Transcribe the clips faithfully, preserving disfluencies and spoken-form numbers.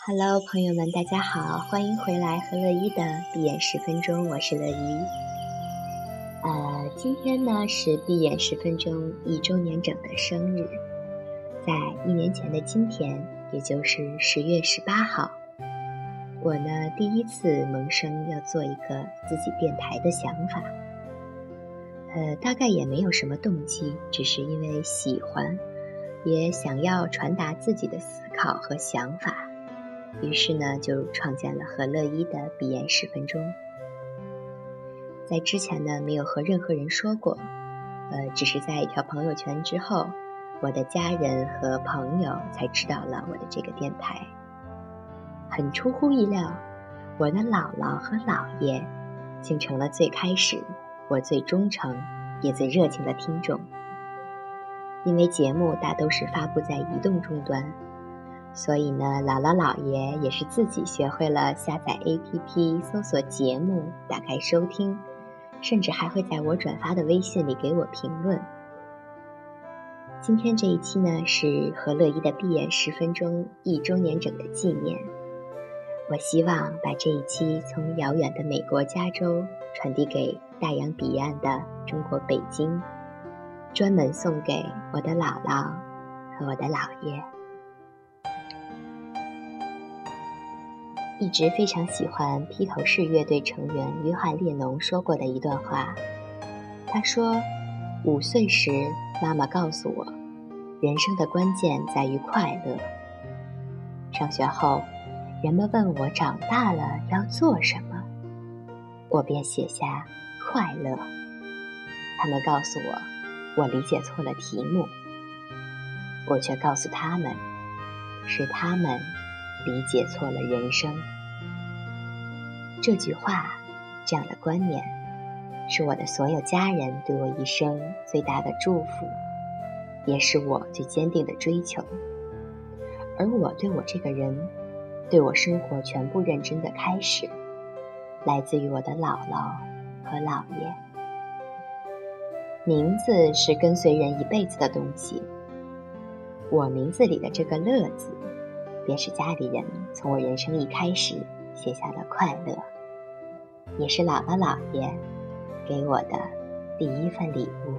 Hello， 朋友们，大家好，欢迎回来和乐一的闭眼十分钟，我是乐一。呃，今天呢是闭眼十分钟一周年整的生日，在一年前的今天，也就是十月十八号，我呢第一次萌生要做一个自己电台的想法。呃，大概也没有什么动机，只是因为喜欢，也想要传达自己的思考和想法。于是呢，就创建了和乐一的闭眼十分钟。在之前呢，没有和任何人说过，呃，只是在一条朋友圈之后，我的家人和朋友才知道了我的这个电台。很出乎意料，我的姥姥和姥爷竟成了最开始、我最忠诚也最热情的听众。因为节目大都是发布在移动终端，所以呢，姥姥姥爷也是自己学会了下载 A P P 搜索节目，打开收听，甚至还会在我转发的微信里给我评论。今天这一期呢，是和乐一的闭眼十分钟一周年整的纪念。我希望把这一期从遥远的美国加州传递给大洋彼岸的中国北京，专门送给我的姥姥和我的姥爷。一直非常喜欢披头士乐队成员约翰列侬说过的一段话。他说，五岁时妈妈告诉我，人生的关键在于快乐。上学后，人们问我长大了要做什么，我便写下快乐。他们告诉我，我理解错了题目，我却告诉他们，是他们理解错了人生。这句话，这样的观念，是我的所有家人对我一生最大的祝福，也是我最坚定的追求。而我对我这个人，对我生活全部认真的开始，来自于我的姥姥和姥爷。名字是跟随人一辈子的东西，我名字里的这个乐字，便是家里人从我人生一开始写下的快乐，也是姥姥姥爷给我的第一份礼物。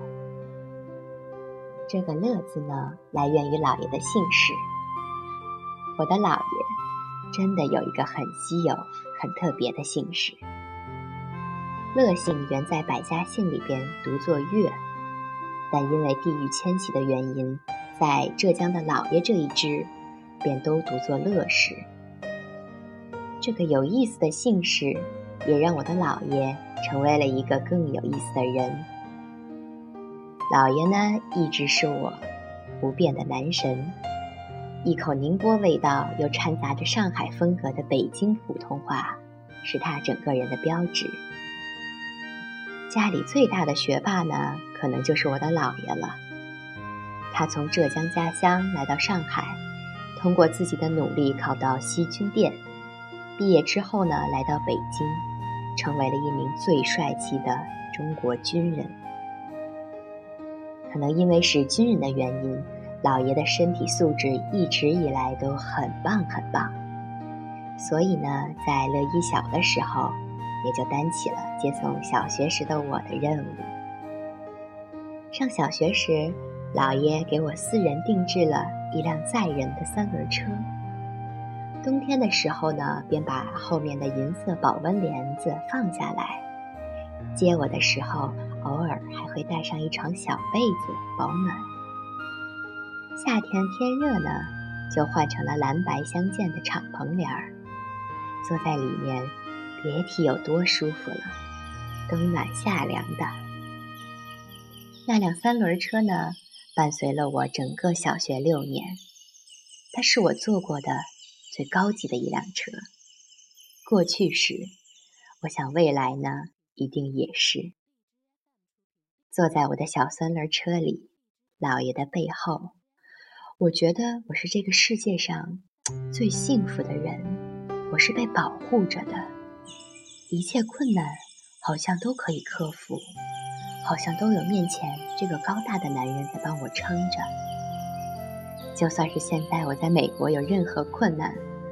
这个乐字呢，来源于姥爷的姓氏。我的姥爷真的有一个很稀有、很特别的姓氏。乐姓原在百家姓里边读作乐，但因为地域迁徙的原因，在浙江的姥爷这一支便都读作乐氏。这个有意思的姓氏也让我的姥爷成为了一个更有意思的人。姥爷呢，一直是我不变的男神，一口宁波味道又掺杂着上海风格的北京普通话，是他整个人的标志。家里最大的学霸呢，可能就是我的姥爷了。他从浙江家乡来到上海，通过自己的努力考到西军电，毕业之后呢，来到北京，成为了一名最帅气的中国军人。可能因为是军人的原因，姥爷的身体素质一直以来都很棒很棒，所以呢，在乐一小的时候，也就担起了接送小学时的我的任务。上小学时，姥爷给我私人定制了一辆载人的三轮车。冬天的时候呢，便把后面的银色保温帘子放下来，接我的时候偶尔还会带上一床小被子保暖。夏天天热呢，就换成了蓝白相间的敞篷帘儿，坐在里面别提有多舒服了，冬暖夏凉的。那辆三轮车呢，伴随了我整个小学六年，它是我坐过的最高级的一辆车。过去时，我想未来呢，一定也是。坐在我的小三轮车里，姥爷的背后，我觉得我是这个世界上最幸福的人，我是被保护着的，一切困难好像都可以克服，好像都有面前这个高大的男人在帮我撑着。就算是现在我在美国有任何困难，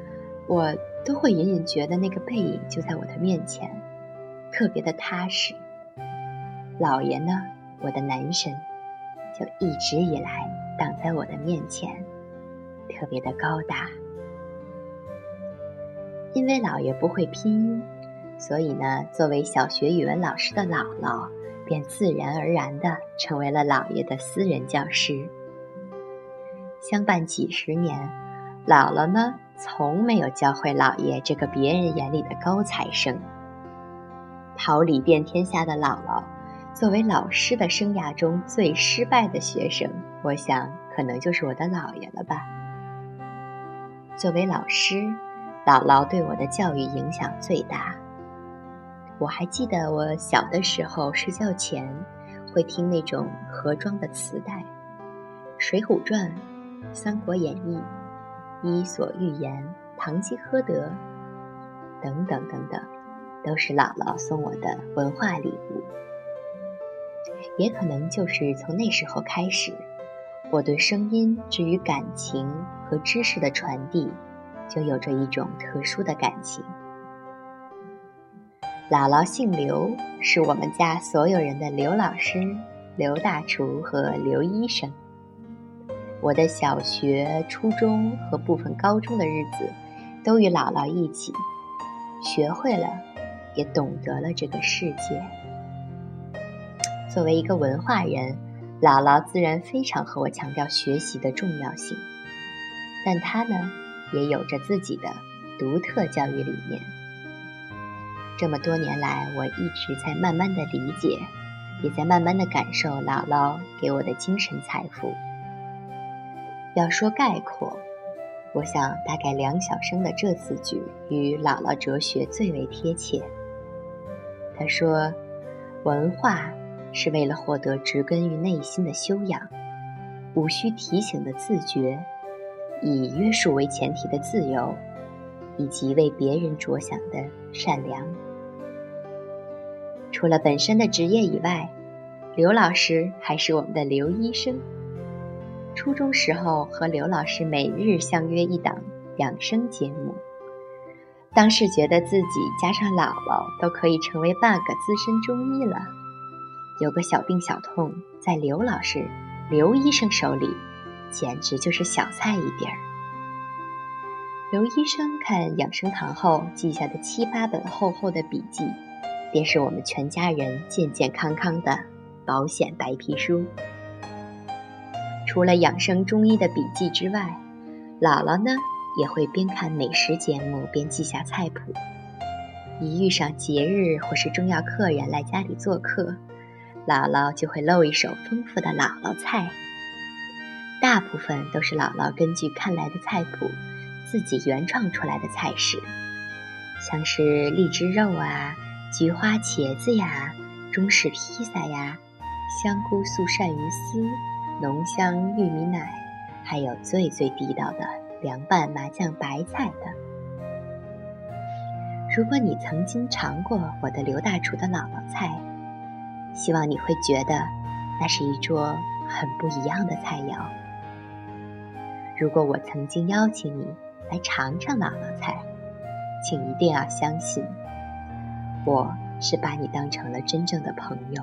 我都会隐隐觉得那个背影就在我的面前，特别的踏实。老爷呢，我的男神，就一直以来挡在我的面前，特别的高大。因为老爷不会拼音，所以呢，作为小学语文老师的姥姥便自然而然地成为了老爷的私人教师。相伴几十年，姥姥呢从没有教会老爷这个别人眼里的高材生。桃李遍天下的姥姥，作为老师的生涯中最失败的学生，我想可能就是我的姥爷了吧。作为老师，姥姥对我的教育影响最大。我还记得我小的时候睡觉前会听那种盒装的磁带，《水浒传》、《三国演义》、《伊索寓言》、《堂吉诃德》等等等等，都是姥姥送我的文化礼物。也可能就是从那时候开始，我对声音至于感情和知识的传递就有着一种特殊的感情。姥姥姓刘，是我们家所有人的刘老师、刘大厨和刘医生。我的小学、初中和部分高中的日子都与姥姥一起，学会了，也懂得了这个世界。作为一个文化人，姥姥自然非常和我强调学习的重要性，但她呢，也有着自己的独特教育理念。这么多年来，我一直在慢慢的理解，也在慢慢的感受姥姥给我的精神财富。要说概括，我想大概梁晓声的这四句与姥姥哲学最为贴切。他说，文化是为了获得植根于内心的修养，无需提醒的自觉，以约束为前提的自由，以及为别人着想的善良。除了本身的职业以外，刘老师还是我们的刘医生。初中时候和刘老师每日相约一档养生节目，当时觉得自己加上姥姥都可以成为半个资深中医了。有个小病小痛，在刘老师、刘医生手里，简直就是小菜一碟儿。刘医生看养生堂后记下的七八本厚厚的笔记，便是我们全家人健健康康的保险白皮书。除了养生中医的笔记之外，姥姥呢也会边看美食节目边记下菜谱。一遇上节日或是重要客人来家里做客，姥姥就会露一手丰富的姥姥菜。大部分都是姥姥根据看来的菜谱自己原创出来的菜式，像是荔枝肉啊、菊花茄子呀、中式披萨呀、香菇素鳝鱼丝、浓香玉米奶，还有最最地道的凉拌麻酱白菜等。如果你曾经尝过我的刘大厨的姥姥菜，希望你会觉得那是一桌很不一样的菜肴。如果我曾经邀请你来尝尝姥姥菜，请一定要相信，我是把你当成了真正的朋友。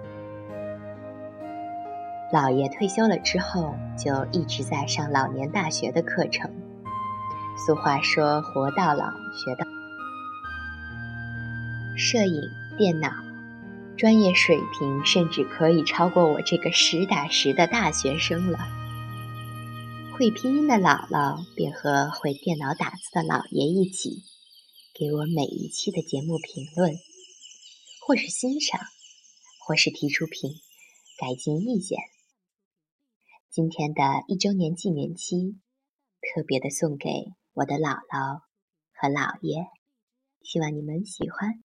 姥爷退休了之后，就一直在上老年大学的课程。俗话说，活到老，学到摄影、电脑专业水平甚至可以超过我这个实打实的大学生了。会拼音的姥姥便和会电脑打字的姥爷一起，给我每一期的节目评论，或是欣赏，或是提出评改进意见。今天的一周年纪念期，特别的送给我的姥姥和姥爷，希望你们喜欢。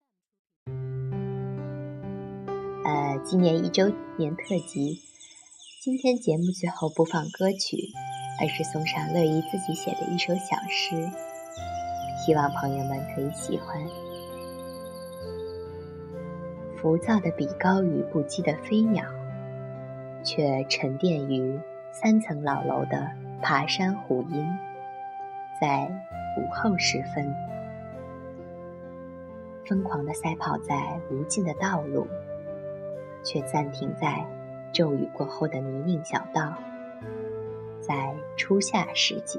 呃，纪念一周年特辑，今天节目最后不放歌曲，而是送上乐意自己写的一首小诗，希望朋友们可以喜欢。浮躁的比高语不羁的飞鸟，却沉淀于三层老楼的爬山虎音，在午后时分，疯狂地赛跑在无尽的道路，却暂停在骤雨过后的泥泞小道，在初夏时节。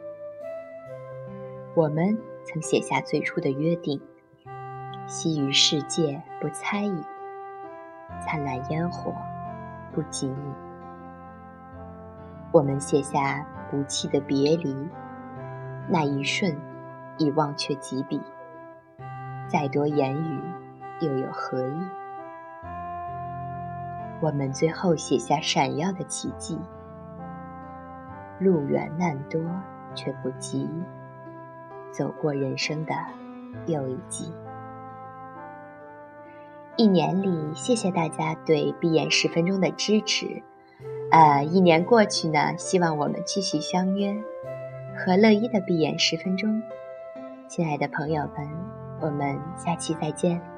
我们曾写下最初的约定，惜于世界不猜疑，灿烂烟火不及你。我们写下不弃的别离，那一瞬已忘却几笔，再多言语又有何意？我们最后写下闪耀的奇迹，路远难多却不急，走过人生的又一季。一年里，谢谢大家对闭眼十分钟的支持。呃，一年过去呢，希望我们继续相约，和乐一的闭眼十分钟。亲爱的朋友们，我们下期再见。